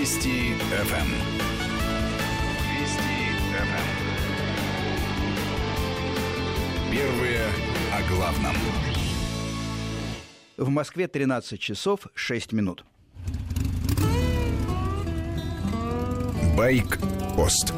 Вести ФМ. Вести ФМ. Первые о главном. В Москве 13 часов 6 минут. Байк-пост.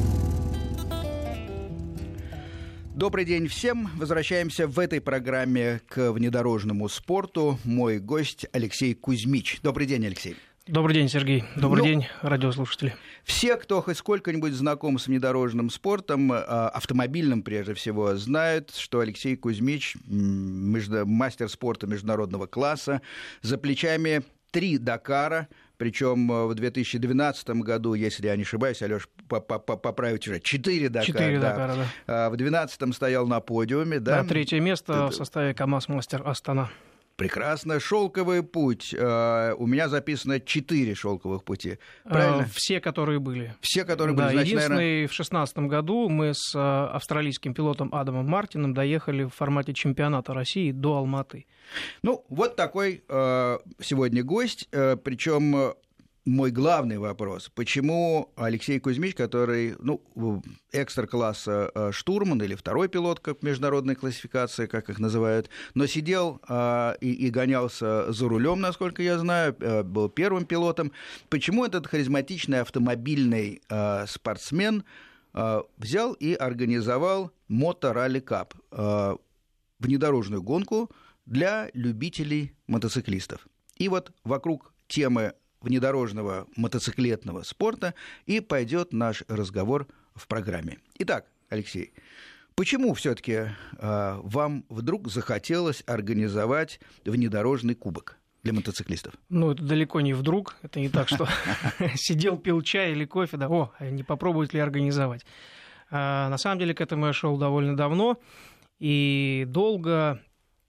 Добрый день всем. Возвращаемся в этой программе к внедорожному спорту. Мой гость Алексей Кузьмич. Добрый день, Алексей. Добрый день, Сергей. Добрый день, радиослушатели. Все, кто хоть сколько-нибудь знаком с внедорожным спортом, автомобильным прежде всего, знают, что Алексей Кузьмич мастер спорта международного класса, за плечами 3 Дакара, причем в 2012 году, если я не ошибаюсь, Алёш, поправить уже, 4 Дакара. 4 Дакара, да. В 2012-м стоял на подиуме, да? Да, 3-е место в составе КамАЗ-Мастер Астана. Прекрасно. Шелковый путь. У меня записано 4 шелковых пути. Правильно? Все, которые были. Все, которые да, были. Значит, единственное, наверное... в 2016 году мы с австралийским пилотом Адамом Мартином доехали в формате чемпионата России до Алматы. Ну, вот такой сегодня гость. Причем мой главный вопрос. Почему Алексей Кузьмич, который, экстра-класса штурман или второй пилот, как в международной классификации, как их называют, но сидел и гонялся за рулем, насколько я знаю, был первым пилотом. Почему этот харизматичный автомобильный спортсмен взял и организовал Moto Rally Cup, внедорожную гонку для любителей мотоциклистов? И вот вокруг темы внедорожного мотоциклетного спорта и пойдет наш разговор в программе. Итак, Алексей, почему все-таки вам вдруг захотелось организовать внедорожный кубок для мотоциклистов? Это далеко не вдруг. Это не так, что сидел, пил чай или кофе, не попробовать ли организовать. На самом деле к этому я шел довольно давно и долго.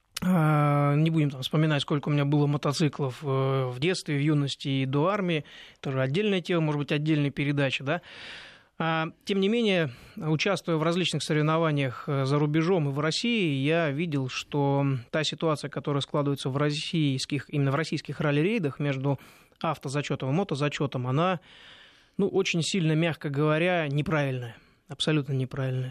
Не будем вспоминать, сколько у меня было мотоциклов в детстве, в юности и до армии. Тоже отдельная тема, может быть, отдельная передача, да. Тем не менее, участвуя в различных соревнованиях за рубежом и в России, я видел, что та ситуация, которая складывается именно в российских ралли-рейдах между автозачетом и мотозачетом, она, очень сильно, мягко говоря, неправильная, абсолютно неправильная.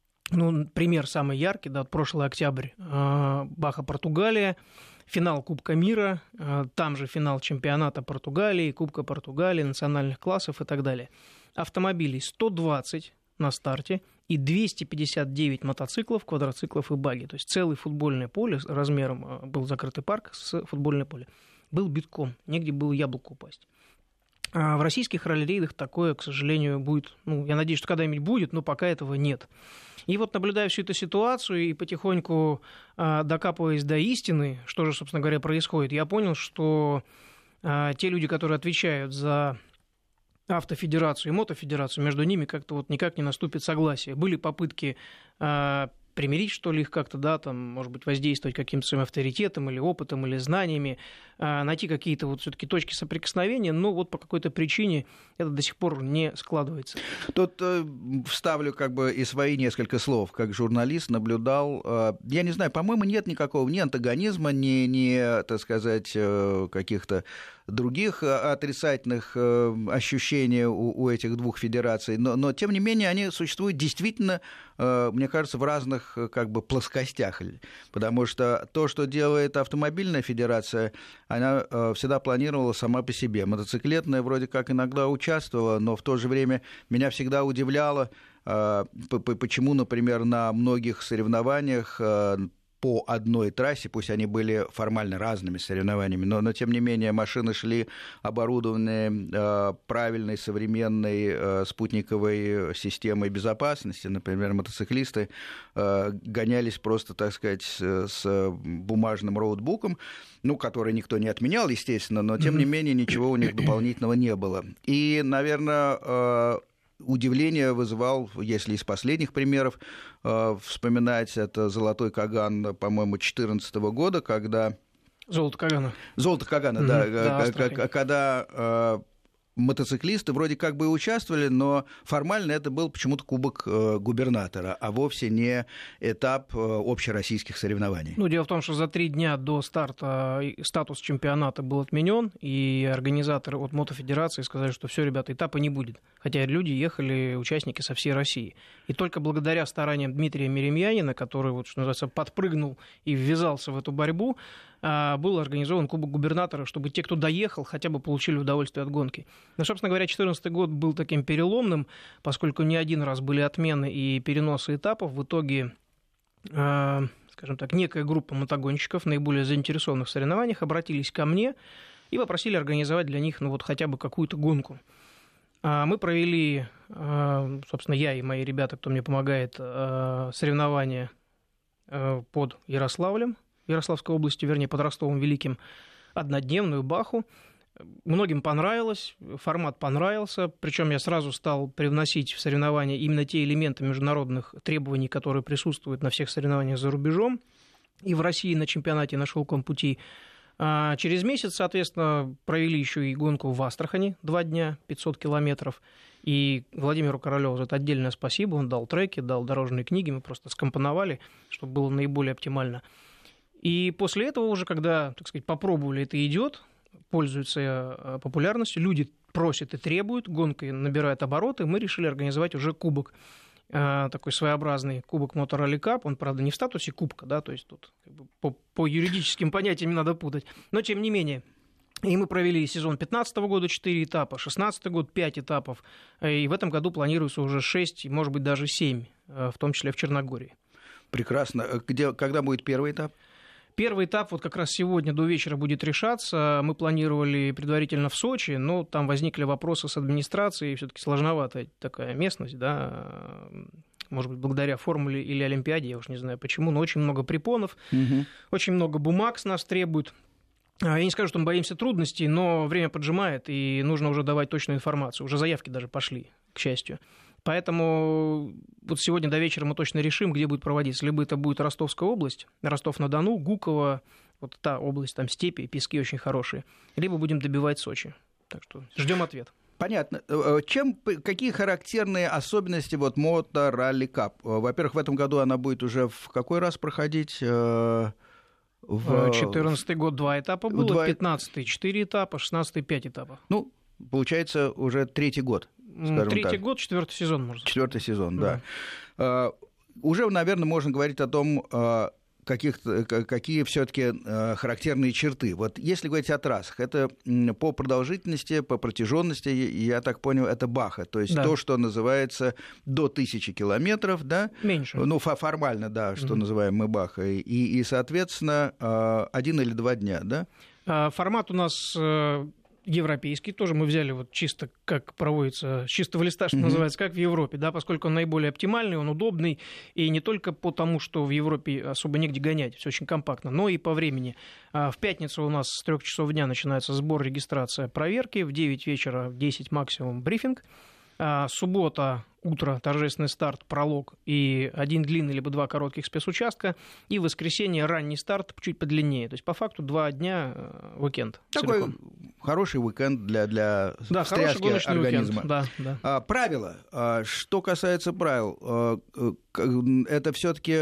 Пример самый яркий, прошлый октябрь, Баха, Португалия, финал Кубка мира, там же финал чемпионата Португалии, Кубка Португалии, национальных классов и так далее. Автомобилей 120 на старте и 259 мотоциклов, квадроциклов и баги. То есть целое футбольное поле размером, был закрытый парк с футбольное поле, был битком, негде было яблоку упасть. В российских ралли-рейдах такое, к сожалению, будет, я надеюсь, что когда-нибудь будет, но пока этого нет. И вот, наблюдая всю эту ситуацию и потихоньку докапываясь до истины, что же, собственно говоря, происходит, я понял, что те люди, которые отвечают за автофедерацию и мотофедерацию, между ними как-то никак не наступит согласие. Были попытки примирить, что ли, их как-то, может быть, воздействовать каким-то своим авторитетом или опытом, или знаниями, найти какие-то все-таки точки соприкосновения, но по какой-то причине это до сих пор не складывается. Тут вставлю и свои несколько слов. Как журналист наблюдал, я не знаю, по-моему, нет никакого ни антагонизма, ни так сказать, каких-то других отрицательных ощущений у этих двух федераций, но тем не менее они существуют действительно, мне кажется, в разных плоскостях, потому что то, что делает автомобильная федерация, она всегда планировала сама по себе. Мотоциклетная вроде как иногда участвовала, но в то же время меня всегда удивляло, почему, например, на многих соревнованиях по одной трассе, пусть они были формально разными соревнованиями, но тем не менее машины шли оборудованные правильной современной спутниковой системой безопасности. Например, мотоциклисты гонялись просто, так сказать, с бумажным роутбуком, который никто не отменял, естественно, но тем не менее ничего у них дополнительного не было. И, наверное, удивление вызывал, если из последних примеров вспоминать, это «Золотой Каган», по-моему, 2014 года, когда... Золото Кагана. Да, когда мотоциклисты вроде как бы и участвовали, но формально это был почему-то кубок губернатора, а вовсе не этап общероссийских соревнований. Ну, дело в том, что за 3 дня до старта статус чемпионата был отменен, и организаторы от Мотофедерации сказали, что все, ребята, этапа не будет. Хотя люди ехали, участники со всей России. И только благодаря стараниям Дмитрия Меремьянина, который, вот, что называется, подпрыгнул и ввязался в эту борьбу, был организован кубок губернатора, чтобы те, кто доехал, хотя бы получили удовольствие от гонки. Но, собственно говоря, 2014 год был таким переломным, поскольку не один раз были отмены и переносы этапов. В итоге, скажем так, некая группа мотогонщиков, наиболее заинтересованных в соревнованиях, обратились ко мне и попросили организовать для них хотя бы какую-то гонку. Мы провели, собственно, я и мои ребята, кто мне помогает, соревнования под Ярославлем, Ярославской области, вернее, под Ростовом Великим, однодневную баху. Многим понравилось, формат понравился, причем я сразу стал привносить в соревнования именно те элементы международных требований, которые присутствуют на всех соревнованиях за рубежом, и в России на чемпионате на шелковом пути. А через месяц, соответственно, провели еще и гонку в Астрахани 2 дня, 500 километров. И Владимиру Королеву за это отдельное спасибо, он дал треки, дал дорожные книги, мы просто скомпоновали, чтобы было наиболее оптимально. И после этого уже, когда, так сказать, попробовали, это идет, пользуется популярностью, люди просят и требуют, гонка набирает обороты, мы решили организовать уже кубок, такой своеобразный кубок Moto Rally Cup, он, правда, не в статусе кубка, да, то есть тут как бы по юридическим понятиям не надо путать, но тем не менее. И мы провели сезон 2015 года 4 этапа, 2016 год 5 этапов, и в этом году планируется уже 6, может быть, даже 7, в том числе в Черногории. Прекрасно. Когда будет первый этап? Первый этап вот как раз сегодня до вечера будет решаться. Мы планировали предварительно в Сочи, но там возникли вопросы с администрацией. Все-таки сложноватая такая местность, да, может быть, благодаря формуле или Олимпиаде, я уж не знаю почему, но очень много препонов, очень много бумаг с нас требуют. Я не скажу, что мы боимся трудностей, но время поджимает, и нужно уже давать точную информацию. Уже заявки даже пошли, к счастью. Поэтому вот сегодня до вечера мы точно решим, где будет проводиться. Либо это будет Ростовская область, Ростов-на-Дону, Гуково, вот та область, там степи, пески очень хорошие. Либо будем добивать Сочи. Так что ждем ответ. Понятно. Какие характерные особенности вот Moto Rally Cup? Во-первых, в этом году она будет уже в какой раз проходить? В 2014 год 2 этапа было, 15-й 4 этапа, 16-й 5 этапов. Ну, получается, уже 3-й год. Третий год, 4-й сезон, можно сказать. 4-й сезон, да. Уже, наверное, можно говорить о том, какие все-таки характерные черты. Вот если говорить о трассах, это по продолжительности, по протяженности, я так понял, это баха, то есть то, что называется до 1000 километров, да? Меньше. Ну, формально, да, что называем мы бахой, и, соответственно, 1 или 2 дня, да? Формат у нас европейский, тоже мы взяли вот чисто как проводится, с чистого листа, что называется, как в Европе, да, поскольку он наиболее оптимальный, он удобный, и не только потому, что в Европе особо негде гонять, все очень компактно, но и по времени. В пятницу у нас с 3 часов дня начинается сбор, регистрация, проверки, в 9 вечера, в 10 максимум брифинг. Суббота, утро, торжественный старт, пролог и 1 длинный либо 2 коротких спецучастка. И в воскресенье ранний старт, чуть подлиннее. То есть, по факту, 2 дня уикенд. Такой целиком. Хороший уикенд для встряски организма. Уикенд. Да. Правила. Что касается правил, это все-таки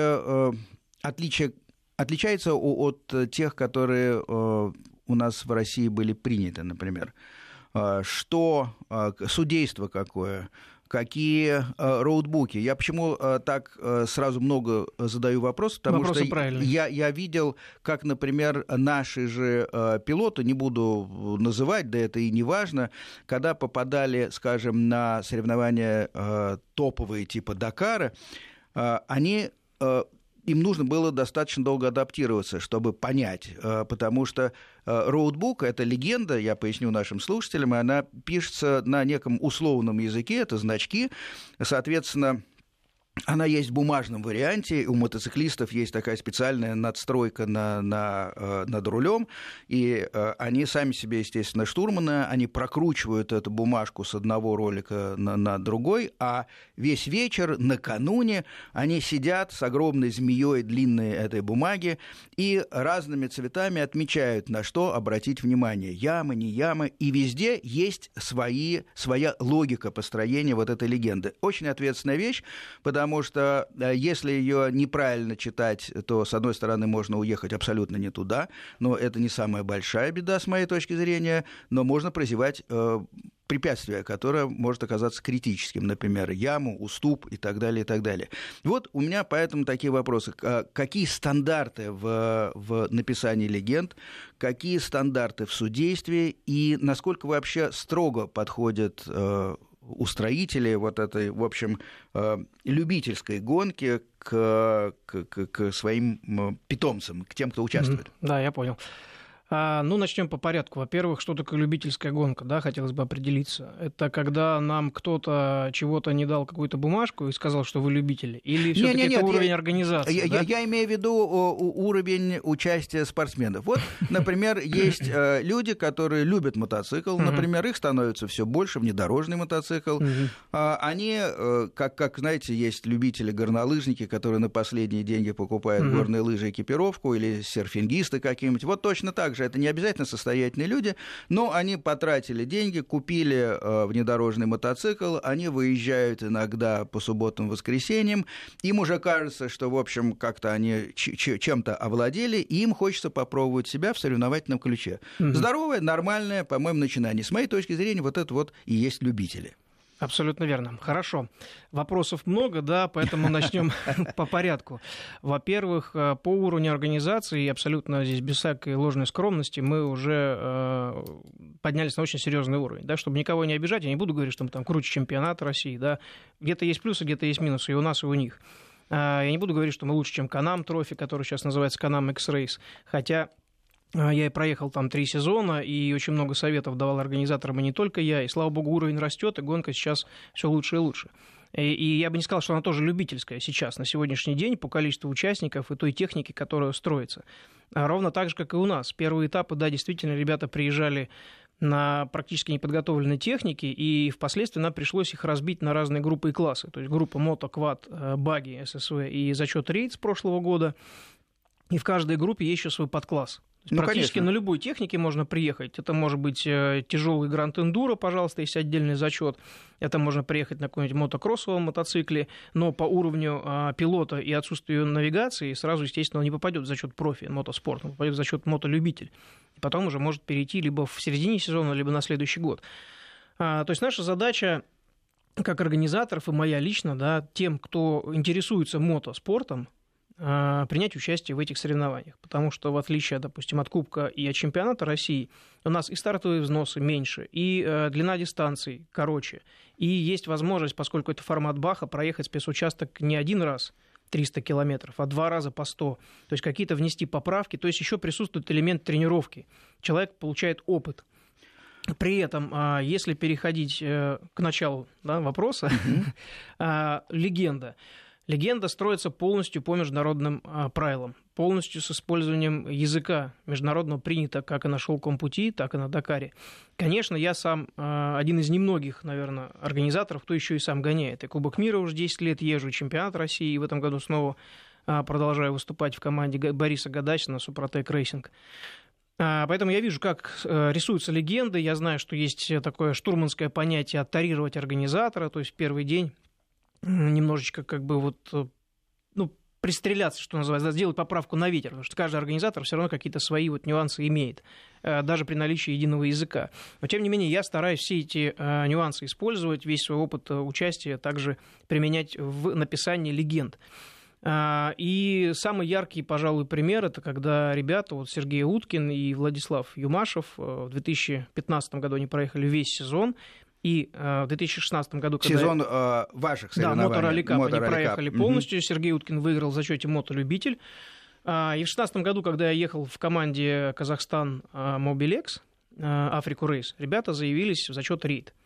отличается от тех, которые у нас в России были приняты, например. Что судейство какое, какие роутбуки. Я почему так сразу много задаю вопросов, потому что я видел, как, например, наши же пилоты, не буду называть, да это и не важно, когда попадали, скажем, на соревнования топовые типа Дакара, им нужно было достаточно долго адаптироваться, чтобы понять, потому что роутбук — это легенда, я поясню нашим слушателям, и она пишется на неком условном языке, это значки, соответственно, Она есть в бумажном варианте, у мотоциклистов есть такая специальная надстройка над рулем, и они сами себе, естественно, штурманы, они прокручивают эту бумажку с одного ролика на другой, а весь вечер накануне они сидят с огромной змеей длинной этой бумаги и разными цветами отмечают, на что обратить внимание, ямы, не ямы, и везде есть своя логика построения вот этой легенды. Очень ответственная вещь, потому что если ее неправильно читать, то, с одной стороны, можно уехать абсолютно не туда, но это не самая большая беда, с моей точки зрения, но можно прозевать препятствие, которое может оказаться критическим, например, яму, уступ и так далее, и так далее. Вот у меня поэтому такие вопросы. Какие стандарты в написании легенд, какие стандарты в судействе и насколько вообще строго подходят устроители вот этой, в общем, любительской гонки к своим питомцам, к тем, кто участвует? Да, я понял. Ну, начнем по порядку. Во-первых, что такое любительская гонка, да, хотелось бы определиться. Это когда нам кто-то чего-то не дал какую-то бумажку и сказал, что вы любители? Или все-таки это уровень организации? Я имею в виду уровень участия спортсменов. Вот, например, есть люди, которые любят мотоцикл, например, их становится все больше, внедорожный мотоцикл. Они, как знаете, есть любители горнолыжники, которые на последние деньги покупают горные лыжи, экипировку, или серфингисты какие-нибудь. Вот точно так же. Это не обязательно состоятельные люди, но они потратили деньги, купили внедорожный мотоцикл, они выезжают иногда по субботам, воскресеньям, им уже кажется, что, в общем, как-то они чем-то овладели, и им хочется попробовать себя в соревновательном ключе. Здоровое, нормальное, по-моему, начинание. С моей точки зрения, вот это вот и есть любители. Абсолютно верно. Хорошо. Вопросов много, да, поэтому начнем по порядку. Во-первых, по уровню организации, и абсолютно здесь без всякой ложной скромности, мы уже поднялись на очень серьезный уровень. Да, чтобы никого не обижать, я не буду говорить, что мы там круче чемпионата России. Да. Где-то есть плюсы, где-то есть минусы, и у нас, и у них. Я не буду говорить, что мы лучше, чем Can-Am Trophy, который сейчас называется Can-Am X-Race, хотя я и проехал там 3 сезона, и очень много советов давал организаторам, и не только я. И, слава богу, уровень растет, и гонка сейчас все лучше и лучше. И я бы не сказал, что она тоже любительская сейчас, на сегодняшний день, по количеству участников и той техники, которая строится. Ровно так же, как и у нас. Первые этапы, да, действительно, ребята приезжали на практически неподготовленной технике, и впоследствии нам пришлось их разбить на разные группы и классы. То есть группа мото, квад, баги, ССВ и зачет рейд с прошлого года. И в каждой группе есть еще свой подкласс. Практически на любой технике можно приехать. Это может быть тяжелый Гранд Эндуро, пожалуйста, есть отдельный зачет. Это можно приехать на каком-нибудь мотокроссовом мотоцикле, но по уровню пилота и отсутствию навигации сразу, естественно, он не попадет в зачет профи, мотоспорт, он попадет в зачет мотолюбитель. И потом уже может перейти либо в середине сезона, либо на следующий год. То есть наша задача, как организаторов, и моя лично, да, тем, кто интересуется мотоспортом, принять участие в этих соревнованиях, потому что в отличие, допустим, от Кубка и от чемпионата России, у нас и стартовые взносы меньше, и длина дистанций короче, и есть возможность, поскольку это формат Баха, проехать спецучасток не один раз 300 километров, а 2 раза по 100, то есть какие-то внести поправки, то есть еще присутствует элемент тренировки, человек получает опыт. При этом, если переходить к началу, да, вопроса, легенда. Легенда строится полностью по международным правилам, полностью с использованием языка международного принято как и на шелковом пути, так и на Дакаре. Конечно, я сам один из немногих, наверное, организаторов, кто еще и сам гоняет. И Кубок мира уже 10 лет езжу, и чемпионат России, и в этом году снова продолжаю выступать в команде Бориса Гадачина Супротек Рейсинг. Поэтому я вижу, как рисуются легенды, я знаю, что есть такое штурманское понятие «оттарировать организатора», то есть в первый день немножечко как бы вот, ну, пристреляться, что называется, сделать поправку на ветер, потому что каждый организатор все равно какие-то свои вот нюансы имеет, даже при наличии единого языка. Но, тем не менее, я стараюсь все эти нюансы использовать, весь свой опыт участия также применять в написании легенд. И самый яркий, пожалуй, пример – это когда ребята, вот Сергей Уткин и Владислав Юмашев в 2015 году они проехали весь сезон. И в 2016 году, когда... Сезон ваших соревнований. Да, Moto Rally Cup. Они проехали полностью. Сергей Уткин выиграл в зачете мотолюбитель. И в 2016 году, когда я ехал в команде Казахстан Mobilex, Африку Рейс, ребята заявились в зачет рейд.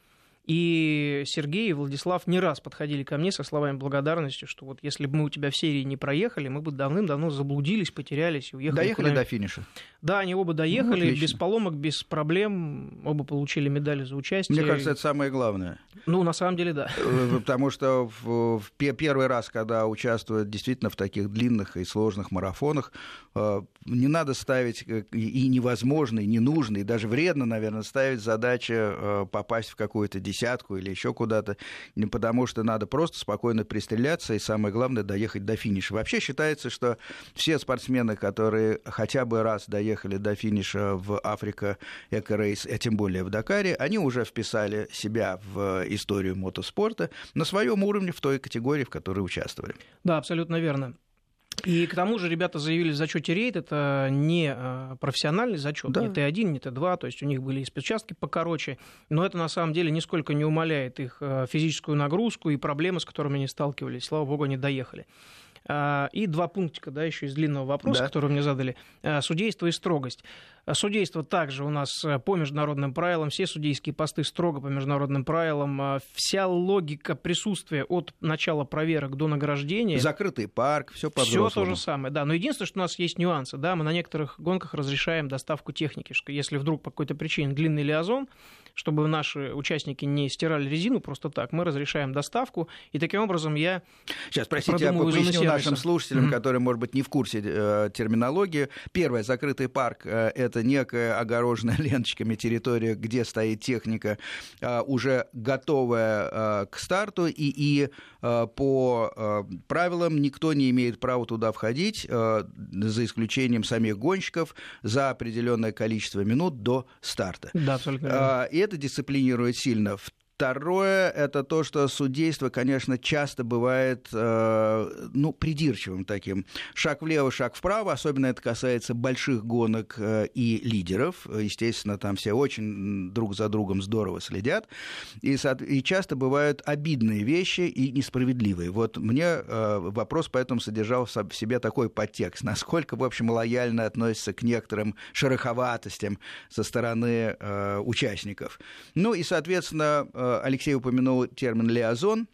И Сергей и Владислав не раз подходили ко мне со словами благодарности, что вот если бы мы у тебя в серии не проехали, мы бы давным-давно заблудились, потерялись и уехали. Доехали до финиша? Да, они оба доехали, без поломок, без проблем, оба получили медали за участие. Мне кажется, это самое главное. Ну, на самом деле, да. Потому что в первый раз, когда участвуют действительно в таких длинных и сложных марафонах, не надо ставить, и невозможно, и не нужно, и даже вредно, наверное, ставить задачу попасть в какую-то десятку или еще куда-то, потому что надо просто спокойно пристреляться и, самое главное, доехать до финиша. Вообще считается, что все спортсмены, которые хотя бы раз доехали до финиша в Африка Эко-рейс, а тем более в Дакаре, они уже вписали себя в историю мотоспорта на своем уровне в той категории, в которой участвовали. Да, абсолютно верно. И к тому же ребята заявили в зачете рейд, это не профессиональный зачет, да. Не Т1, не Т2, то есть у них были и спецучастки покороче, но это на самом деле нисколько не умаляет их физическую нагрузку и проблемы, с которыми они сталкивались. Слава богу, они доехали. И 2 пунктика, да, еще из длинного вопроса, который мне задали. Судейство и строгость. Судейство также у нас по международным правилам, все судейские посты строго по международным правилам, вся логика присутствия от начала проверок до награждения. Закрытый парк, все по-взрослому. Все то же самое, да. Но единственное, что у нас есть нюансы, да, мы на некоторых гонках разрешаем доставку техники, что если вдруг по какой-то причине длинный лиазон, чтобы наши участники не стирали резину просто так, мы разрешаем доставку, и таким образом я Сейчас, простите, я поясню нашим слушателям, которые, может быть, не в курсе терминологии. Первое, закрытый парк – это некая огороженная ленточками территория, где стоит техника, уже готовая к старту, и по правилам никто не имеет права туда входить, за исключением самих гонщиков, за определенное количество минут до старта. Да, абсолютно верно. И это дисциплинирует сильно. Второе, это то, что судейство, конечно, часто бывает придирчивым таким. Шаг влево, шаг вправо, особенно это касается больших гонок и лидеров. Естественно, там все очень друг за другом здорово следят. И часто бывают обидные вещи и несправедливые. Вот мне вопрос поэтому содержал в себе такой подтекст. Насколько, в общем, лояльно относятся к некоторым шероховатостям со стороны участников. Ну и, соответственно, Алексей упомянул термин «лиазон».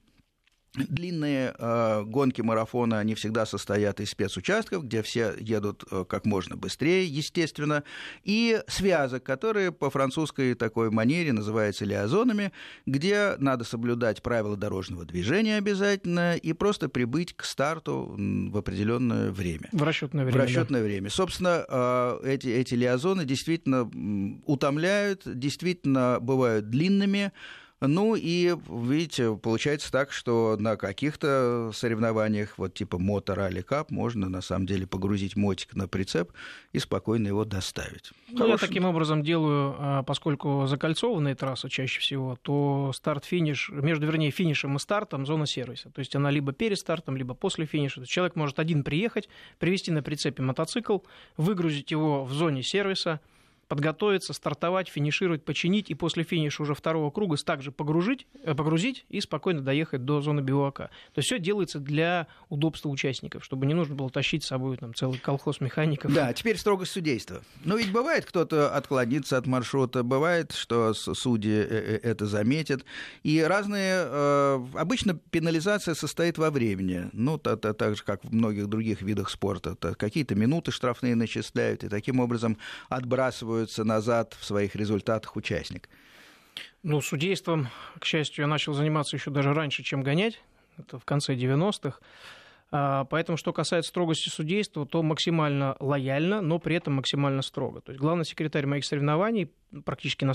Длинные гонки марафона, они всегда состоят из спецучастков, где все едут как можно быстрее, естественно, и связок, которые по французской такой манере называются лиазонами, где надо соблюдать правила дорожного движения обязательно и просто прибыть к старту в определенное время. В расчетное время. В расчетное время. Собственно, эти лиазоны действительно утомляют, действительно бывают длинными. Ну и, видите, получается так, что на каких-то соревнованиях, вот типа мото-ралли кап, можно на самом деле погрузить мотик на прицеп и спокойно его доставить. Ну, я таким образом делаю, поскольку закольцованные трассы чаще всего, то старт-финиш, между финишем и стартом зона сервиса. То есть она либо перед стартом, либо после финиша. То есть человек может один приехать, привезти на прицепе мотоцикл, выгрузить его в зоне сервиса, подготовиться, стартовать, финишировать, починить, и после финиша уже второго круга также погрузить и спокойно доехать до зоны бивуака. То есть все делается для удобства участников, чтобы не нужно было тащить с собой там целый колхоз механиков. Да, теперь строгость судейства. Но ведь бывает, кто-то отклонится от маршрута, бывает, что судьи это заметят. И разные... Обычно пенализация состоит во времени. Ну, так же, как в многих других видах спорта. Какие-то минуты штрафные начисляют, и таким образом отбрасывают назад в своих результатах участник. Ну, судейством, к счастью, я начал заниматься еще даже раньше, чем гонять. Это в конце 90-х. Поэтому, что касается строгости судейства, то максимально лояльно, но при этом максимально строго. То есть главный секретарь моих соревнований практически на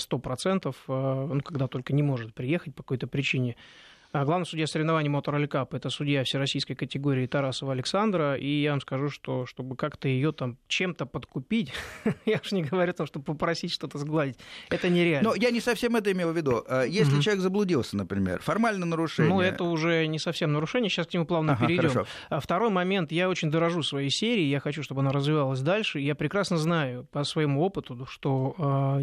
100%, когда только не может приехать по какой-то причине. Главный судья соревнований Мотор-Ралли Кап — это судья всероссийской категории Тарасова Александра, и я вам скажу, что чтобы как-то ее там чем-то подкупить, я уж не говорю о том, чтобы попросить что-то сгладить, это нереально. Но я не совсем это имел в виду. Если человек заблудился, например, формально нарушение... Ну, это уже не совсем нарушение, сейчас к нему плавно перейдем. Хорошо. Второй момент, я очень дорожу своей серией, я хочу, чтобы она развивалась дальше, я прекрасно знаю по своему опыту, что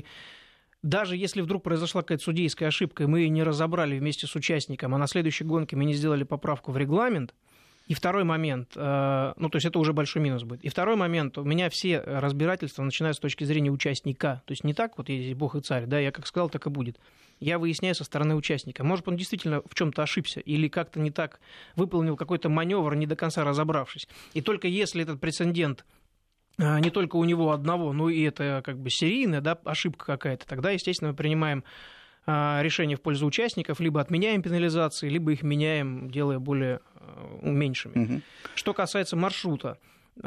даже если вдруг произошла какая-то судейская ошибка, и мы ее не разобрали вместе с участником, а на следующей гонке мы не сделали поправку в регламент, И второй момент, то есть это уже большой минус будет. И второй момент, у меня все разбирательства начинаются с точки зрения участника. То есть не так, вот есть Бог и царь, да, я как сказал, так и будет. Я выясняю со стороны участника. Может, он действительно в чем-то ошибся или как-то не так выполнил какой-то маневр, не до конца разобравшись. И только если этот прецедент не только у него одного, но и это как бы серийная, да, ошибка какая-то, тогда, естественно, мы принимаем решение в пользу участников, либо отменяем пенализации, либо их меняем, делая более меньшими. Что касается маршрута,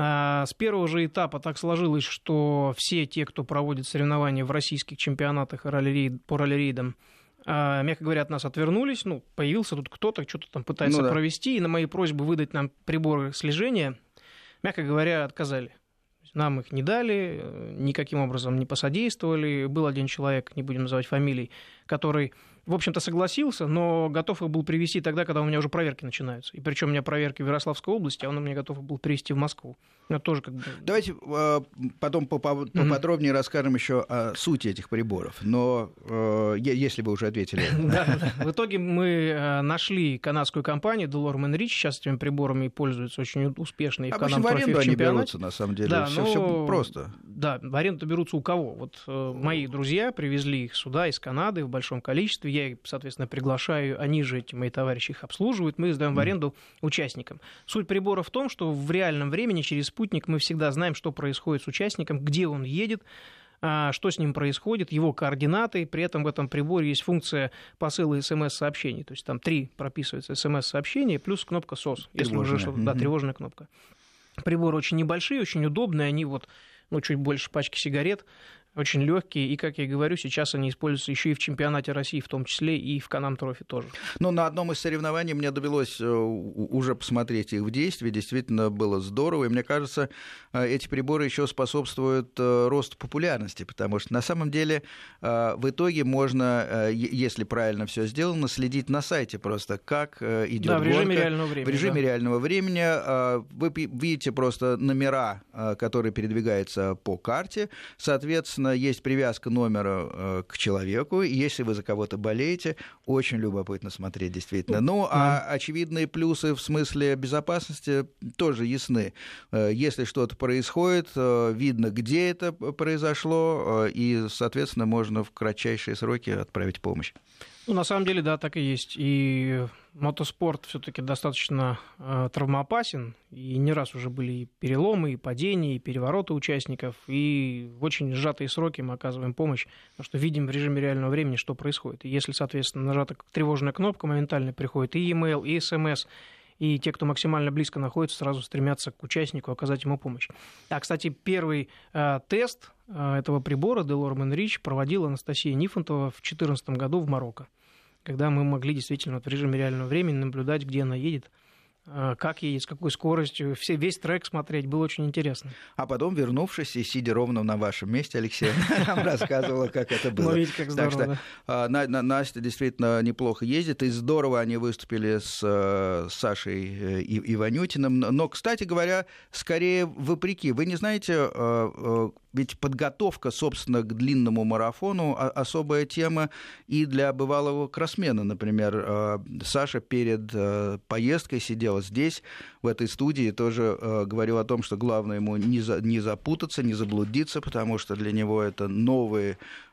с первого же этапа так сложилось, что все те, кто проводит соревнования в российских чемпионатах по ралли-рейдам, мягко говоря, от нас отвернулись. Появился тут кто-то, что-то там пытается провести, и на мои просьбы выдать нам приборы слежения, мягко говоря, отказали. Нам их не дали, никаким образом не посодействовали. Был один человек, не будем называть фамилий, который, в общем-то, согласился, но готов их был привезти тогда, когда у меня уже проверки начинаются. И причем у меня проверки в Ярославской области, а он меня готов был привезти в Москву. Это тоже как бы... Давайте потом поподробнее расскажем еще о сути этих приборов. Но если вы уже ответили. Да. В итоге мы нашли канадскую компанию Delorme Enrich, сейчас этими приборами пользуются очень успешно. И в обычно в аренду они берутся, на самом деле. Все просто. Да, в аренду берутся у кого? Вот мои друзья привезли их сюда из Канады в большом количестве. Я их, соответственно, приглашаю, они же, эти мои товарищи, их обслуживают. Мы сдаем в аренду участникам. Суть прибора в том, что в реальном времени через спутник мы всегда знаем, что происходит с участником, где он едет, что с ним происходит, его координаты. При этом в этом приборе есть функция посыла СМС-сообщений. То есть там 3 прописывается СМС-сообщения плюс кнопка SOS. Если уже что-то, да, тревожная кнопка. Приборы очень небольшие, очень удобные. Они чуть больше пачки сигарет. Очень легкие, и, как я и говорю, сейчас они используются еще и в чемпионате России, в том числе и в Канам Трофи тоже. На одном из соревнований мне довелось уже посмотреть их в действии, действительно было здорово, и мне кажется, эти приборы еще способствуют росту популярности, потому что на самом деле в итоге можно, если правильно все сделано, следить на сайте просто, как идет гонка. В режиме реального времени. В режиме реального времени вы видите просто номера, которые передвигаются по карте, соответственно, есть привязка номера к человеку. Если вы за кого-то болеете, очень любопытно смотреть, действительно. А очевидные плюсы в смысле безопасности тоже ясны. Если что-то происходит, видно, где это произошло, и, соответственно, можно в кратчайшие сроки отправить помощь. На самом деле, да, так и есть. И мотоспорт все-таки достаточно травмоопасен, и не раз уже были и переломы, и падения, и перевороты участников, и в очень сжатые сроки мы оказываем помощь, потому что видим в режиме реального времени, что происходит. И если, соответственно, нажата тревожная кнопка, моментально приходит и e-mail, и смс, и те, кто максимально близко находится, сразу стремятся к участнику оказать ему помощь. Кстати, первый тест этого прибора Delorme Enrich проводила Анастасия Нифонтова в 2014 году в Марокко, когда мы могли действительно в режиме реального времени наблюдать, где она едет, как едет, с какой скоростью, весь трек смотреть, было очень интересно. А потом, вернувшись и сидя ровно на вашем месте, Алексей нам рассказывала, как это было. Видите, как здорово, так что Настя действительно неплохо ездит, и здорово они выступили с Сашей Иванютиным. Но, кстати говоря, скорее вопреки. Вы не знаете, ведь подготовка, собственно, к длинному марафону особая тема и для бывалого кроссмена. Например, Саша перед поездкой сидел здесь, в этой студии, тоже говорил о том, что главное ему не запутаться, не заблудиться, потому что для него это новый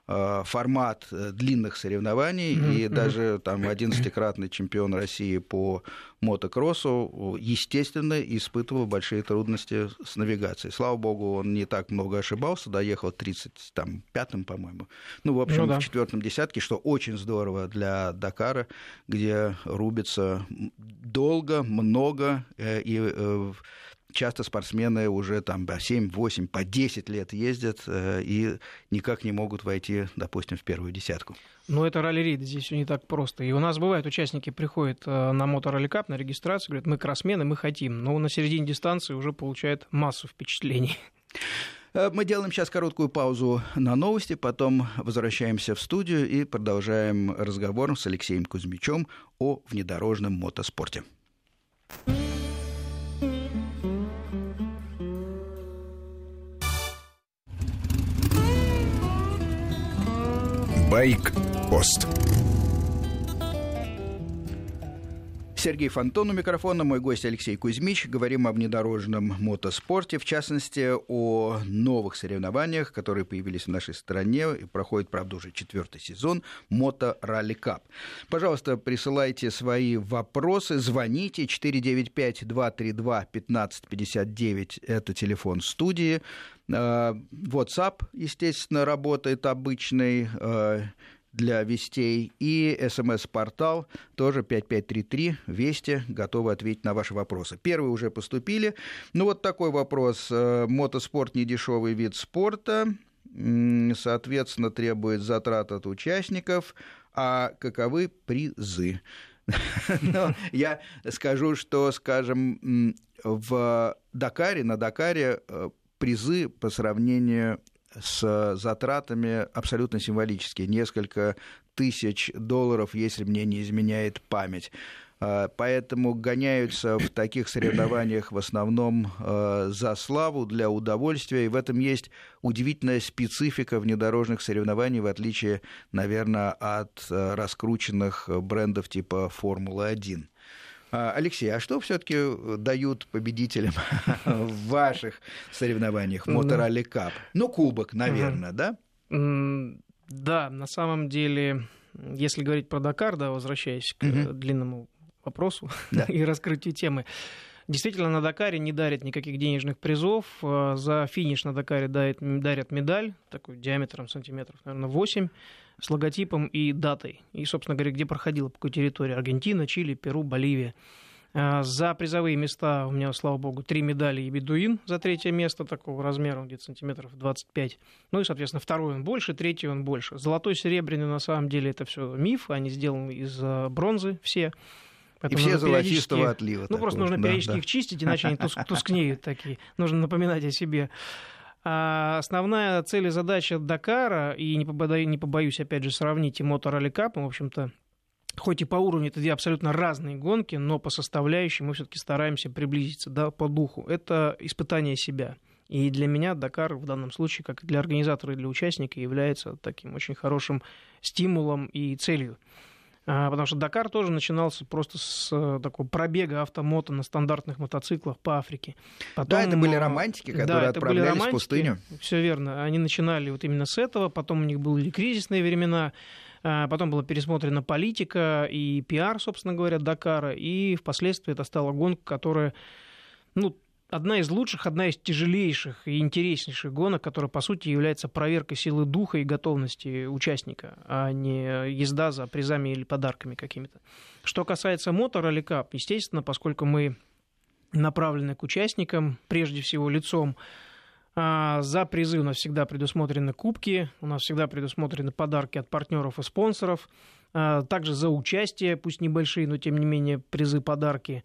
формат длинных соревнований, и даже там 11-кратный чемпион России по мотокроссу, естественно, испытывал большие трудности с навигацией. Слава богу, он не так много ошибался, доехал 35-м, по-моему. В общем, в 4-м десятке, что очень здорово для Дакара, где рубится долго, много, и часто спортсмены уже там 7, 8, по 10 лет ездят и никак не могут войти, допустим, в первую десятку. Это ралли-рейд, здесь все не так просто. И у нас бывают, участники приходят на моторалли-кап, на регистрацию, говорят, мы кроссмены, мы хотим. Но на середине дистанции уже получают массу впечатлений. Мы делаем сейчас короткую паузу на новости, потом возвращаемся в студию и продолжаем разговор с Алексеем Кузьмичем о внедорожном мотоспорте. Байк-пост. Сергей Фонтон у микрофона, мой гость Алексей Кузьмич. Говорим о внедорожном мотоспорте, в частности, о новых соревнованиях, которые появились в нашей стране и проходит, правда, уже 4-й сезон Moto Rally Cup. Пожалуйста, присылайте свои вопросы, звоните 495-232-1559, это телефон студии. WhatsApp, естественно, работает обычный, для вестей, и СМС-портал тоже 5533, Вести, готовы ответить на ваши вопросы. Первые уже поступили. Ну, вот такой вопрос. Мотоспорт – недешевый вид спорта, соответственно, требует затрат от участников. А каковы призы? Но я скажу, что, скажем, на Дакаре призы по сравнению с затратами абсолютно символические. Несколько тысяч $, если мне не изменяет память. Поэтому гоняются в таких соревнованиях в основном за славу, для удовольствия. И в этом есть удивительная специфика внедорожных соревнований, в отличие, наверное, от раскрученных брендов типа «Формулы-1». Алексей, а что все-таки дают победителям в ваших соревнованиях Moto Rally Cup? Ну, кубок, наверное, да? Да, на самом деле, если говорить про Дакар, да, возвращаясь к длинному вопросу и раскрытию темы, действительно, на Дакаре не дарят никаких денежных призов. За финиш на Дакаре дарят медаль, такой диаметром сантиметров, наверное, 8, с логотипом и датой. И, собственно говоря, где проходила, по какой территории. Аргентина, Чили, Перу, Боливия. За призовые места у меня, слава богу, 3 медали и бедуин за 3-е место, такого размера, где-то сантиметров 25. Ну и, соответственно, 2-й он больше, 3-й он больше. Золотой, серебряный, на самом деле, это все миф. Они сделаны из бронзы все. Поэтому и все золотистого отлива. Ну, просто нужно периодически их чистить, иначе они тускнеют такие. Нужно напоминать о себе. А основная цель и задача Дакара, и не побоюсь, опять же, сравнить и Moto Rally Cup, в общем-то, хоть и по уровню это две абсолютно разные гонки, но по составляющей мы все-таки стараемся приблизиться, да, по духу. Это испытание себя. И для меня Дакар в данном случае, как и для организатора и для участника, является таким очень хорошим стимулом и целью. Потому что Дакар тоже начинался просто с такого пробега автомото на стандартных мотоциклах по Африке. Потом, да, это были романтики, которые отправлялись в пустыню. Все верно. Они начинали вот именно с этого, потом у них были кризисные времена, потом была пересмотрена политика и пиар, собственно говоря, Дакара, и впоследствии это стала гонка, которая, ну, одна из лучших, одна из тяжелейших и интереснейших гонок, которая, по сути, является проверкой силы духа и готовности участника, а не езда за призами или подарками какими-то. Что касается Moto Rally Cup, естественно, поскольку мы направлены к участникам, прежде всего лицом, за призы у нас всегда предусмотрены кубки, у нас всегда предусмотрены подарки от партнеров и спонсоров, также за участие, пусть небольшие, но тем не менее призы, подарки.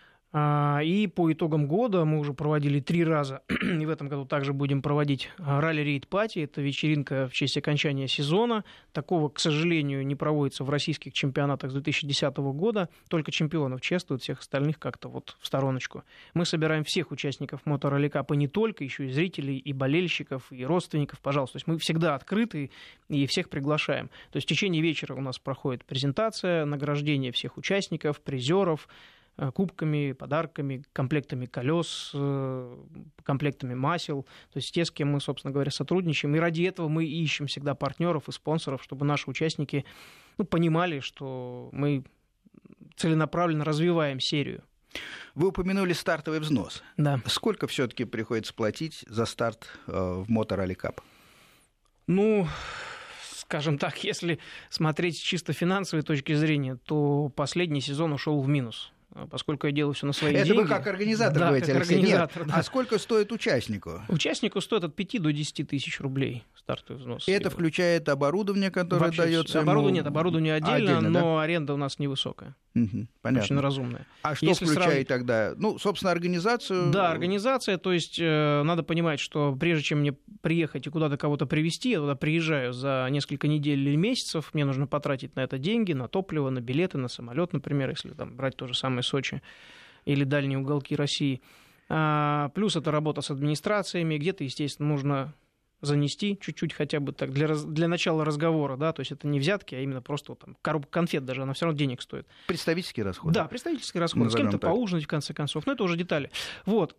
И по итогам года мы уже проводили 3 раза, и в этом году также будем проводить ралли-рейд пати. Это вечеринка в честь окончания сезона. Такого, к сожалению, не проводится в российских чемпионатах с 2010 года. Только чемпионов чествуют, всех остальных как-то вот в стороночку. Мы собираем всех участников Moto Rally Cup, и не только, еще и зрителей, и болельщиков, и родственников, пожалуйста. То есть мы всегда открыты и всех приглашаем. То есть в течение вечера у нас проходит презентация, награждение всех участников, призеров, кубками, подарками, комплектами колес, комплектами масел, то есть те, с кем мы, собственно говоря, сотрудничаем. И ради этого мы ищем всегда партнеров и спонсоров, чтобы наши участники понимали, что мы целенаправленно развиваем серию. Вы упомянули стартовый взнос. Да. Сколько все-таки приходится платить за старт в Moto Rally Cup? Ну, скажем так, если смотреть с чисто финансовой точки зрения, то последний сезон ушел в минус. Поскольку я делаю все на свои деньги. Это вы как организатор говорите, как Алексей. Организатор, нет. Да. А сколько стоит участнику? Участнику стоит от 5 до 10 тысяч рублей стартовый взнос. И это включает оборудование, которое дается ему? Нет, оборудование отдельно, но аренда у нас невысокая. Понятно. Очень разумная. А что включает тогда? Ну, собственно, организацию? Да, организация, то есть надо понимать, что прежде чем мне приехать и куда-то кого-то привезти, я туда приезжаю за несколько недель или месяцев, мне нужно потратить на это деньги, на топливо, на билеты, на самолет, например, если там брать то же самое Сочи или дальние уголки России. Плюс это работа с администрациями, где-то, естественно, нужно занести чуть-чуть хотя бы так для начала разговора, да, то есть это не взятки, а именно просто вот, там, коробка конфет даже, она все равно денег стоит. Представительские расходы. Да, представительские расходы, с кем-то поужинать в конце концов, но это уже детали. Вот.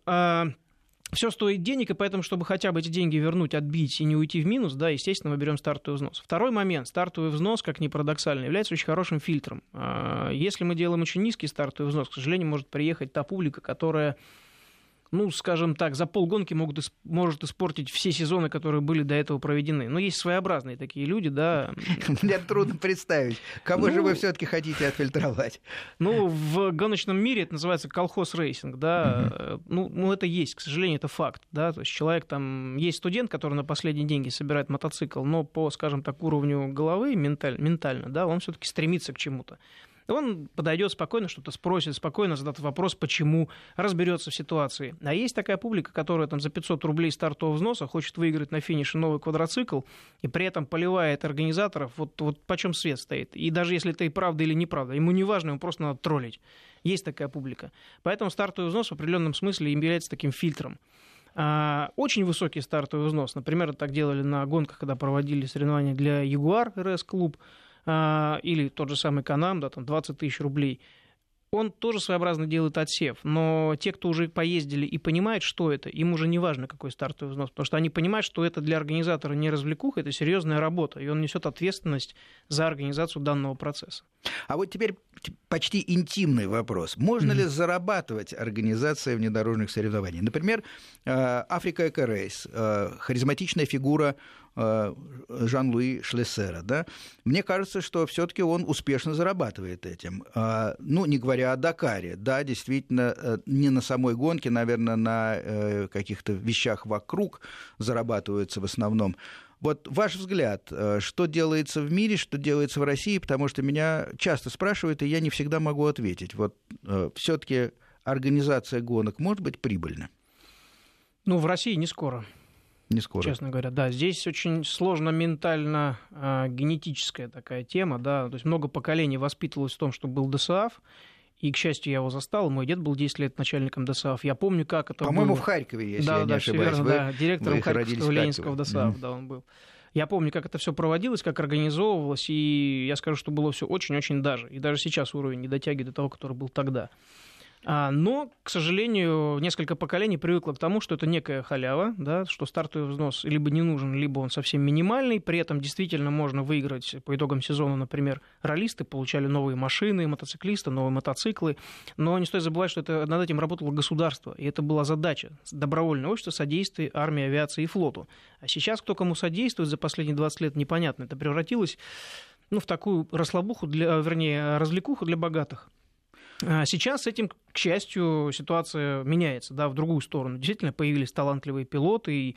Все стоит денег, и поэтому, чтобы хотя бы эти деньги вернуть, отбить и не уйти в минус, да, естественно, мы берем стартовый взнос. Второй момент. Стартовый взнос, как ни парадоксально, является очень хорошим фильтром. Если мы делаем очень низкий стартовый взнос, к сожалению, может приехать та публика, которая, ну, скажем так, за полгонки может испортить все сезоны, которые были до этого проведены. Но есть своеобразные такие люди, да. Мне трудно представить, кого же вы все-таки хотите отфильтровать. Ну, в гоночном мире это называется колхоз-рейсинг, да. Ну, это есть, к сожалению, это факт, да. То есть человек там, есть студент, который на последние деньги собирает мотоцикл, но по, скажем так, уровню головы ментально, да, он все-таки стремится к чему-то. Он подойдет спокойно, что-то спросит, спокойно задаст вопрос, почему, разберется в ситуации. А есть такая публика, которая там за 500 рублей стартового взноса хочет выиграть на финише новый квадроцикл и при этом поливает организаторов, вот почем свет стоит. И даже если это и правда или неправда, ему не важно, ему просто надо троллить. Есть такая публика. Поэтому стартовый взнос в определенном смысле является таким фильтром. Очень высокий стартовый взнос, например, так делали на гонках, когда проводили соревнования для Jaguar RS Club, или тот же самый Can-Am, да, там 20 тысяч рублей, он тоже своеобразно делает отсев. Но те, кто уже поездили и понимают, что это, им уже не важно, какой стартовый взнос, потому что они понимают, что это для организатора не развлекуха, это серьезная работа, и он несет ответственность за организацию данного процесса. А вот теперь почти интимный вопрос. Можно ли зарабатывать организацией внедорожных соревнований? Например, Africa Eco Race, харизматичная фигура Жан-Луи Шлессера, да? Мне кажется, что все-таки он успешно зарабатывает этим. Ну, не говоря о Дакаре, да, действительно, не на самой гонке, наверное, на каких-то вещах вокруг зарабатываются в основном. Вот ваш взгляд, что делается в мире, что делается в России, потому что меня часто спрашивают, и я не всегда могу ответить. Вот все-таки организация гонок может быть прибыльна? Ну, в России не скоро. Не скоро. Честно говоря, да. Здесь очень сложно ментально генетическая такая тема, да. То есть много поколений воспитывалось в том, что был ДСААФ, и, к счастью, я его застал. Мой дед был 10 лет начальником ДСААФ. Я помню, как это По-моему, было. В Харькове, если я не ошибаюсь. Верно, да, директором Харьковского Ленинского ДСААФ, да, он был. Я помню, как это все проводилось, как организовывалось, и я скажу, что было все очень-очень даже. И даже сейчас уровень не дотягивает до того, который был тогда. Но, к сожалению, несколько поколений привыкло к тому, что это некая халява, да, что стартовый взнос либо не нужен, либо он совсем минимальный. При этом действительно можно выиграть по итогам сезона, например, раллисты получали новые машины, мотоциклисты, новые мотоциклы. Но не стоит забывать, что над этим работало государство, и это была задача. Добровольное общество содействия армии, авиации и флоту. А сейчас кто кому содействует за последние 20 лет, непонятно. Это превратилось в такую развлекуху для богатых. Сейчас с этим, к счастью, ситуация меняется, да, в другую сторону. Действительно появились талантливые пилоты, и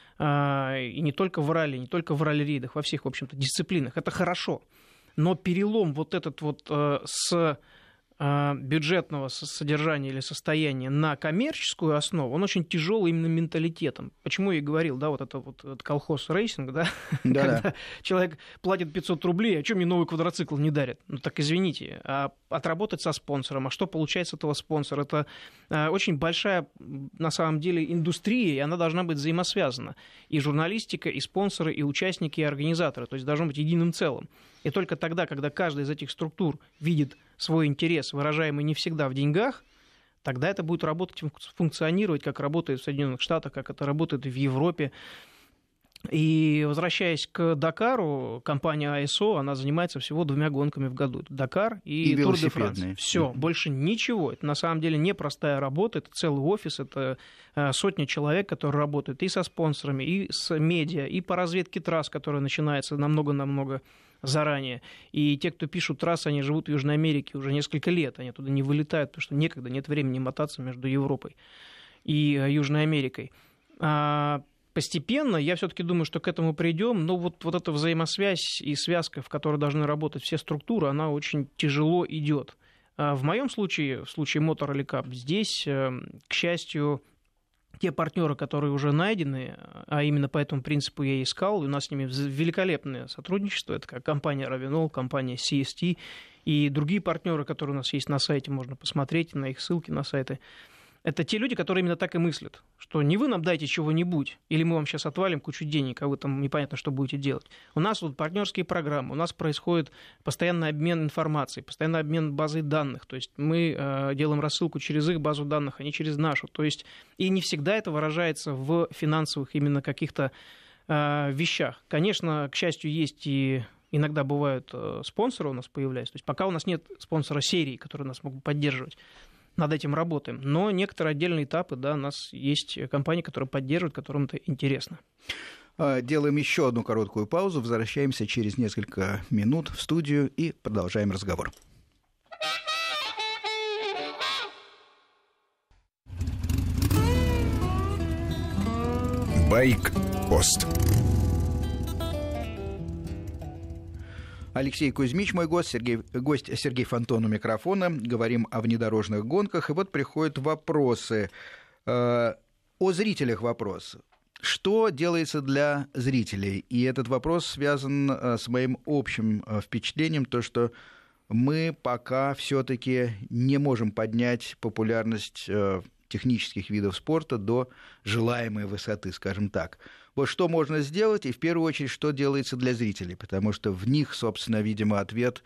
не только в ралли, не только в ралли-рейдах, во всех, в общем-то, дисциплинах. Это хорошо. Но перелом вот этот вот с бюджетного содержания или состояния на коммерческую основу, он очень тяжелый именно менталитетом. Почему я и говорил, да, вот это вот колхоз-рейсинг, да, когда человек платит 500 рублей, а что мне новый квадроцикл не дарят? Ну так извините, а отработать со спонсором, а что получает с этого спонсора? Это очень большая, на самом деле, индустрия, и она должна быть взаимосвязана. И журналистика, и спонсоры, и участники, и организаторы, то есть должно быть единым целым. И только тогда, когда каждая из этих структур видит свой интерес, выражаемый не всегда в деньгах, тогда это будет работать, функционировать, как работает в Соединенных Штатах, как это работает в Европе. И возвращаясь к Дакару, компания АСО, она занимается всего 2 гонками в году. Это Дакар и Тур де Франс. Все, больше ничего. Это на самом деле непростая работа, это целый офис, это сотни человек, которые работают и со спонсорами, и с медиа, и по разведке трасс, которая начинается намного-намного заранее. И те, кто пишут трассы, они живут в Южной Америке уже несколько лет. Они туда не вылетают, потому что некогда, нет времени мотаться между Европой и Южной Америкой. Постепенно, я все-таки думаю, что к этому придем, но вот эта взаимосвязь и связка, в которой должны работать все структуры, она очень тяжело идет. В моем случае, в случае Motor Rally Cup, здесь, к счастью, те партнеры, которые уже найдены, а именно по этому принципу я искал, у нас с ними великолепное сотрудничество, это как компания Ravenol, компания CST и другие партнеры, которые у нас есть на сайте, можно посмотреть на их ссылки на сайты. Это те люди, которые именно так и мыслят, что не вы нам дайте чего-нибудь, или мы вам сейчас отвалим кучу денег, а вы там непонятно, что будете делать. У нас вот партнерские программы, у нас происходит постоянный обмен информацией, постоянный обмен базой данных. То есть мы делаем рассылку через их базу данных, а не через нашу. То есть и не всегда это выражается в финансовых именно каких-то вещах. Конечно, к счастью, есть и иногда бывают спонсоры у нас появляются. То есть пока у нас нет спонсора серии, которые нас могут поддерживать, над этим работаем. Но некоторые отдельные этапы, да, у нас есть компании, которые поддерживают, которым это интересно. Делаем еще одну короткую паузу, возвращаемся через несколько минут в студию и продолжаем разговор. Байк-пост. Алексей Кузьмич, мой гость Сергей Фонтон у микрофона. Говорим о внедорожных гонках. И вот приходят вопросы. О зрителях вопрос. Что делается для зрителей? И этот вопрос связан с моим общим впечатлением, то, что мы пока все-таки не можем поднять популярность технических видов спорта до желаемой высоты, скажем так. Вот что можно сделать, и в первую очередь, что делается для зрителей, потому что в них, собственно, видимо, ответ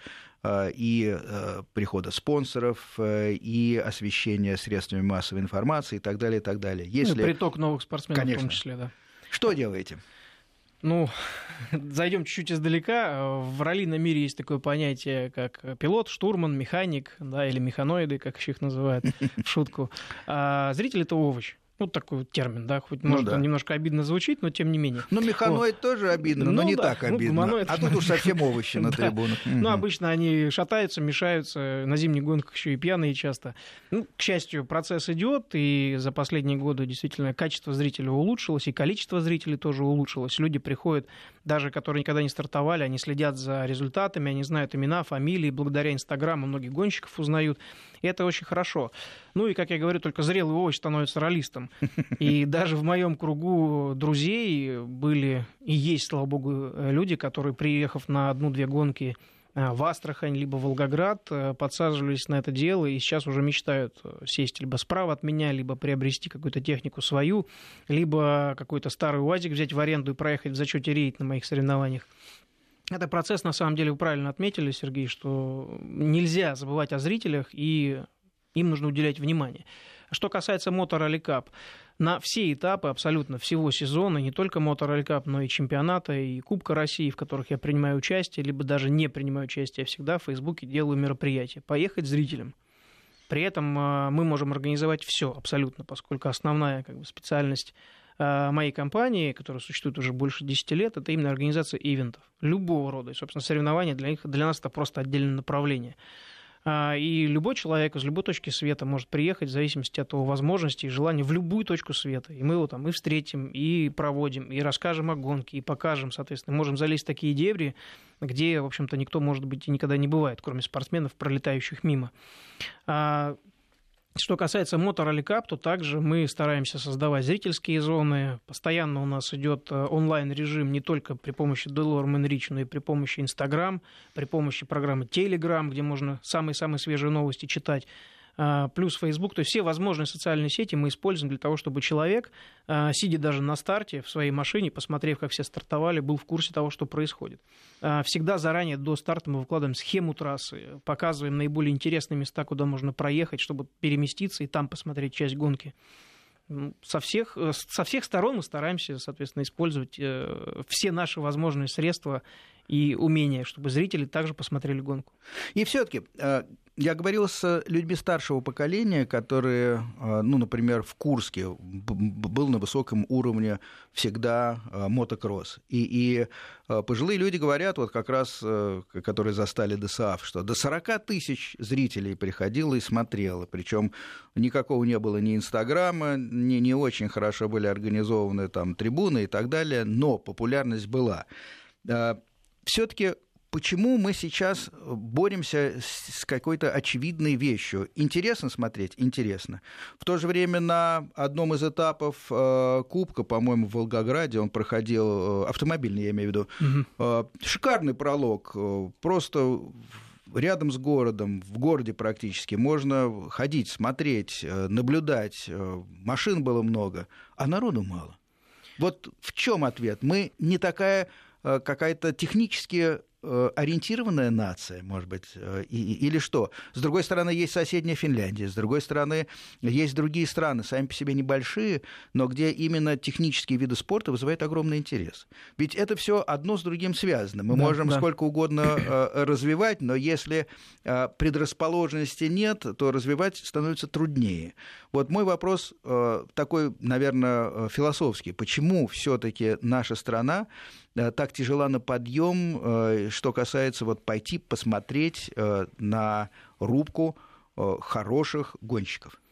и прихода спонсоров, и освещения средствами массовой информации и так далее, и так далее. Если... Приток новых спортсменов, конечно, в том числе, да. Что делаете? Ну, зайдем чуть-чуть издалека. В раллийном мире есть такое понятие, как пилот, штурман, механик, да, или механоиды, как еще их называют в шутку. А зритель — это овощ. Ну, такой вот термин, да, хоть может он немножко обидно звучит, но тем не менее. Ну, механоид тоже обидно, но не так обидно. А тут уж совсем овощи на трибунах. Ну, обычно они шатаются, мешаются, на зимних гонках еще и пьяные часто. Ну, к счастью, процесс идет, и за последние годы действительно качество зрителей улучшилось, и количество зрителей тоже улучшилось. Люди приходят, даже которые никогда не стартовали, они следят за результатами, они знают имена, фамилии, благодаря Инстаграму многих гонщиков узнают. И это очень хорошо. Ну и, как я говорю, только зрелый овощ становится раллистом. И даже в моем кругу друзей были и есть, слава богу, люди, которые, приехав на 1-2 гонки в Астрахань либо в Волгоград, подсаживались на это дело и сейчас уже мечтают сесть либо справа от меня, либо приобрести какую-то технику свою, либо какой-то старый УАЗик взять в аренду и проехать в зачете рейд на моих соревнованиях. Это процесс, на самом деле, вы правильно отметили, Сергей, что нельзя забывать о зрителях, и им нужно уделять внимание. Что касается Moto Rally Cup, на все этапы абсолютно всего сезона, не только Moto Rally Cup, но и чемпионата, и Кубка России, в которых я принимаю участие, либо даже не принимаю участие, я всегда в Фейсбуке делаю мероприятия. Поехать зрителям. При этом мы можем организовать все абсолютно, поскольку основная специальность моей компании, которая существует уже больше 10 лет, это именно организация ивентов любого рода. И, собственно, соревнования для нас это просто отдельное направление. И любой человек из любой точки света может приехать в зависимости от его возможностей и желания в любую точку света. И мы его там и встретим, и проводим, и расскажем о гонке, и покажем, соответственно. Можем залезть в такие дебри, где, в общем-то, никто, может быть, и никогда не бывает, кроме спортсменов, пролетающих мимо. Что касается Moto Rally Cup, то также мы стараемся создавать зрительские зоны. Постоянно у нас идет онлайн-режим не только при помощи Delorme Enrich, но и при помощи Instagram, при помощи программы Telegram, где можно самые-самые свежие новости читать, плюс Facebook. То есть все возможные социальные сети мы используем для того, чтобы человек, сидя даже на старте в своей машине, посмотрев, как все стартовали, был в курсе того, что происходит. Всегда заранее до старта мы выкладываем схему трассы, показываем наиболее интересные места, куда можно проехать, чтобы переместиться и там посмотреть часть гонки. Со всех сторон мы стараемся, соответственно, использовать все наши возможные средства и умения, чтобы зрители также посмотрели гонку. И все-таки я говорил с людьми старшего поколения, которые, например, в Курске был на высоком уровне всегда мотокросс. И пожилые люди говорят, вот как раз, которые застали ДСАФ, что до 40 тысяч зрителей приходило и смотрело. Причем никакого не было ни Инстаграма, не очень хорошо были организованы там трибуны и так далее, но популярность была. Все-таки почему мы сейчас боремся с какой-то очевидной вещью? Интересно смотреть? Интересно. В то же время на одном из этапов Кубка, по-моему, в Волгограде, он проходил, автомобильный, я имею в виду, шикарный пролог, просто рядом с городом, в городе практически, можно ходить, смотреть, наблюдать. Машин было много, а народу мало. Вот в чем ответ? Мы не такая какая-то технически ориентированная нация, может быть, или что? С другой стороны, есть соседняя Финляндия, с другой стороны, есть другие страны, сами по себе небольшие, но где именно технические виды спорта вызывают огромный интерес. Ведь это все одно с другим связано. Мы можем сколько угодно развивать, но если предрасположенности нет, то развивать становится труднее. Вот мой вопрос такой, наверное, философский. Почему все-таки наша страна так тяжела на подъем, что касается вот пойти посмотреть на рубку хороших гонщиков?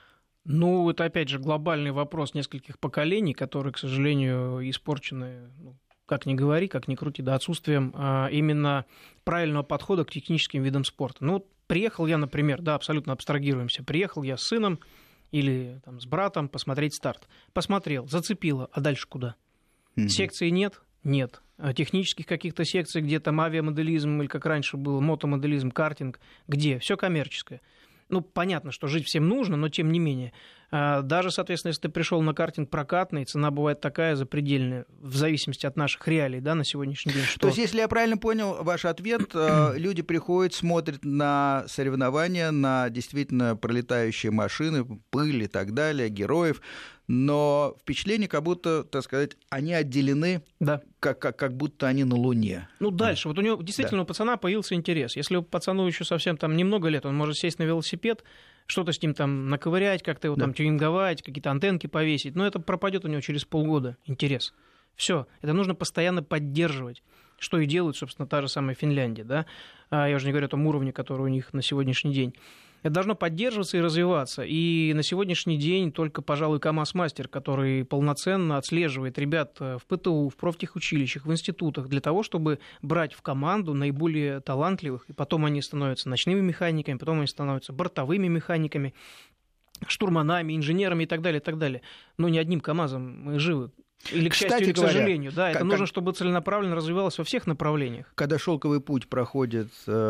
Ну, это, опять же, глобальный вопрос нескольких поколений, которые, к сожалению, испорчены, как ни говори, как ни крути, да, отсутствием именно правильного подхода к техническим видам спорта. Ну, приехал я, например, да, абсолютно абстрагируемся, приехал я с сыном или там, с братом посмотреть старт. Посмотрел, зацепило, а дальше куда? Секции нет? Нет. Технических каких-то секций, где там авиамоделизм или как раньше был, мотомоделизм, картинг, где? Все коммерческое. Ну, понятно, что жить всем нужно, но тем не менее. Даже, соответственно, если ты пришел на картинг прокатный, цена бывает такая запредельная, в зависимости от наших реалий, да, на сегодняшний день. Что... То есть, если я правильно понял ваш ответ, люди приходят, смотрят на соревнования, на действительно пролетающие машины, пыль и так далее, героев, но впечатление, как будто, так сказать, они отделены, да, как будто они на Луне. Ну, дальше. Вот у него действительно у пацана появился интерес. Если у пацану еще совсем там немного лет, он может сесть на велосипед, что-то с ним там наковырять, как-то его там тюнинговать, какие-то антенки повесить, но это пропадет у него через полгода, интерес. Все, это нужно постоянно поддерживать, что и делает, собственно, та же самая Финляндия, да, я уже не говорю о том уровне, который у них на сегодняшний день. Это должно поддерживаться и развиваться. И на сегодняшний день только, пожалуй, КамАЗ-мастер, который полноценно отслеживает ребят в ПТУ, в профтехучилищах, в институтах, для того, чтобы брать в команду наиболее талантливых, и потом они становятся ночными механиками, потом они становятся бортовыми механиками, штурманами, инженерами и так далее, и так далее. Но не одним КамАЗом мы живы. Или, к счастью, или к сожалению. Да, это нужно, чтобы целенаправленно развивалось во всех направлениях. Когда шелковый путь проходит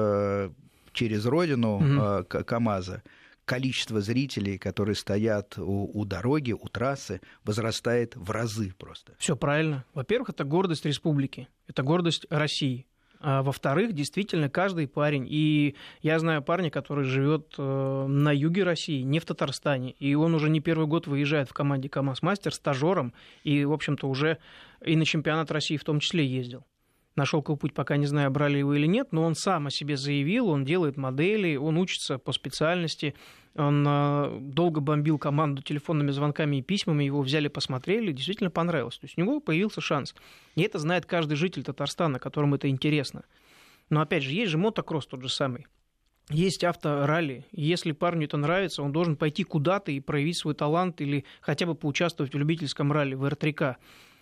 через родину КамАЗа, количество зрителей, которые стоят у дороги, у трассы, возрастает в разы просто. Все правильно. Во-первых, это гордость республики, это гордость России. А во-вторых, действительно, каждый парень, и я знаю парня, который живет на юге России, не в Татарстане, и он уже не первый год выезжает в команде КамАЗ-мастер стажером, и, в общем-то, уже и на чемпионат России в том числе ездил. На шелковый путь пока не знаю, брали его или нет, но он сам о себе заявил, он делает модели, он учится по специальности, он долго бомбил команду телефонными звонками и письмами, его взяли, посмотрели, действительно понравилось. То есть у него появился шанс. И это знает каждый житель Татарстана, которому это интересно. Но опять же, есть же мотокросс тот же самый. Есть авторалли. Если парню это нравится, он должен пойти куда-то и проявить свой талант или хотя бы поучаствовать в любительском ралли, в РТК.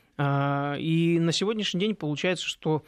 И на сегодняшний день получается, что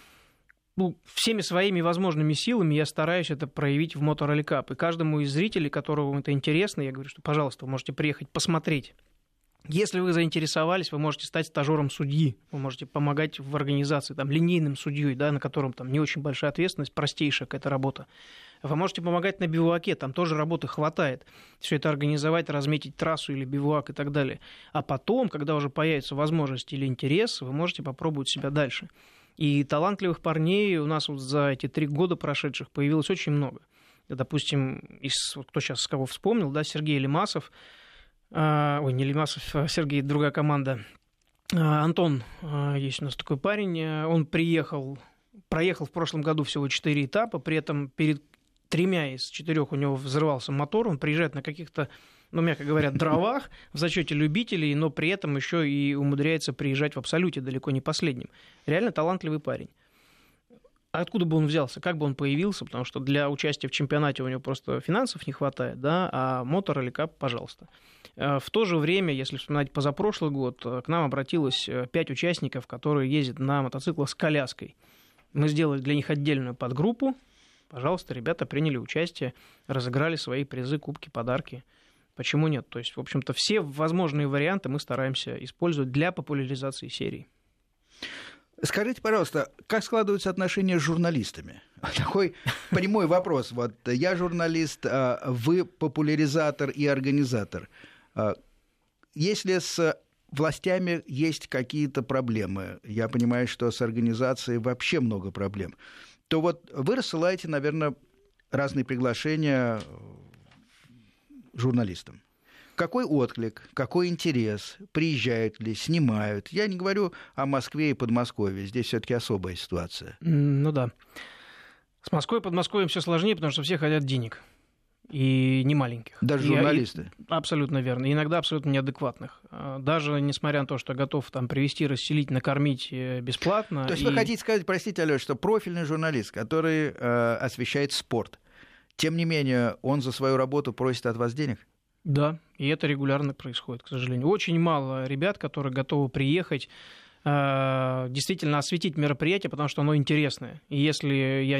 всеми своими возможными силами я стараюсь это проявить в Motor Rally Cup. И каждому из зрителей, которому это интересно, я говорю, что, пожалуйста, вы можете приехать посмотреть. Если вы заинтересовались, вы можете стать стажером судьи, вы можете помогать в организации, там, линейным судьей, да, на котором там не очень большая ответственность, простейшая какая-то работа. Вы можете помогать на бивуаке, там тоже работы хватает. Все это организовать, разметить трассу или бивуак и так далее. А потом, когда уже появится возможность или интерес, вы можете попробовать себя дальше. И талантливых парней у нас вот за эти 3 года прошедших появилось очень много. Допустим, кто сейчас с кого вспомнил, да, Сергей Лимасов, не Лимасов, а Сергей, другая команда. Антон, есть у нас такой парень, он проехал в прошлом году всего 4 этапа, при этом перед 3 из 4 у него взрывался мотор, он приезжает на каких-то, мягко говоря, дровах в зачете любителей, но при этом еще и умудряется приезжать в абсолюте далеко не последним. Реально талантливый парень. А откуда бы он взялся, как бы он появился, потому что для участия в чемпионате у него просто финансов не хватает, да, а Motor Rally Cup, пожалуйста. В то же время, если вспоминать позапрошлый год, к нам обратилось 5 участников, которые ездят на мотоциклах с коляской. Мы сделали для них отдельную подгруппу. Пожалуйста, ребята приняли участие, разыграли свои призы, кубки, подарки. Почему нет? То есть, в общем-то, все возможные варианты мы стараемся использовать для популяризации серии. Скажите, пожалуйста, как складываются отношения с журналистами? такой прямой вопрос. Вот я журналист, вы популяризатор и организатор. Если с властями есть какие-то проблемы, я понимаю, что с организацией вообще много проблем, то вот вы рассылаете, наверное, разные приглашения журналистам. Какой отклик, какой интерес, приезжают ли, снимают? Я не говорю о Москве и Подмосковье, здесь все-таки особая ситуация. Ну да. С Москвой и Подмосковьем все сложнее, потому что все хотят денег. И не маленьких. Даже журналисты? Абсолютно верно. И иногда абсолютно неадекватных. Даже несмотря на то, что готов там привезти, расселить, накормить бесплатно. То есть вы хотите сказать, простите, Алёш, что профильный журналист, который освещает спорт, тем не менее, он за свою работу просит от вас денег? Да, и это регулярно происходит, к сожалению. Очень мало ребят, которые готовы приехать, действительно осветить мероприятие, потому что оно интересное. И если я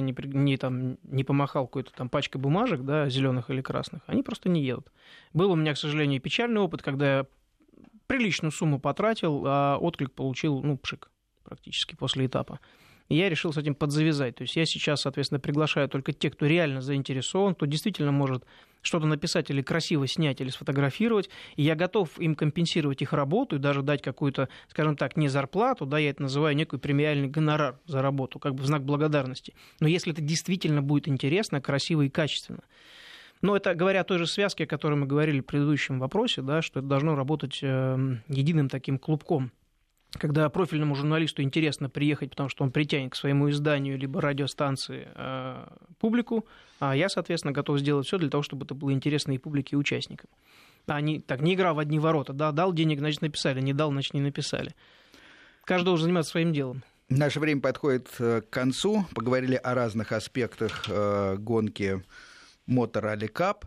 не помахал какой-то там пачкой бумажек, да, зеленых или красных, они просто не едут. Был у меня, к сожалению, печальный опыт, когда я приличную сумму потратил, а отклик получил, пшик практически после этапа. И я решил с этим подзавязать. То есть я сейчас, соответственно, приглашаю только тех, кто реально заинтересован, кто действительно может что-то написать или красиво снять, или сфотографировать. И я готов им компенсировать их работу и даже дать какую-то, скажем так, не зарплату, да, я это называю некий премиальный гонорар за работу, как бы в знак благодарности. Но если это действительно будет интересно, красиво и качественно. Но это говоря о той же связке, о которой мы говорили в предыдущем вопросе, да, что это должно работать единым таким клубком. Когда профильному журналисту интересно приехать, потому что он притянет к своему изданию либо радиостанции публику, а я, соответственно, готов сделать все для того, чтобы это было интересно и публике, и участникам. Не игра в одни ворота. Да, дал денег, значит, написали, не дал, значит, не написали. Каждый должен заниматься своим делом. Наше время подходит к концу. Поговорили о разных аспектах гонки Motor Rally Cup.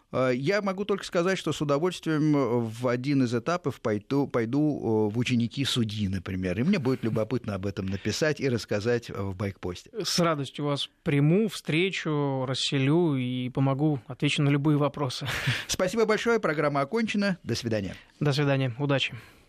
Я могу только сказать, что с удовольствием в один из этапов пойду в ученики судьи, например. И мне будет любопытно об этом написать и рассказать в байкпосте. С радостью вас приму, встречу, расселю и помогу, отвечу на любые вопросы. Спасибо большое. Программа окончена. До свидания. До свидания. Удачи.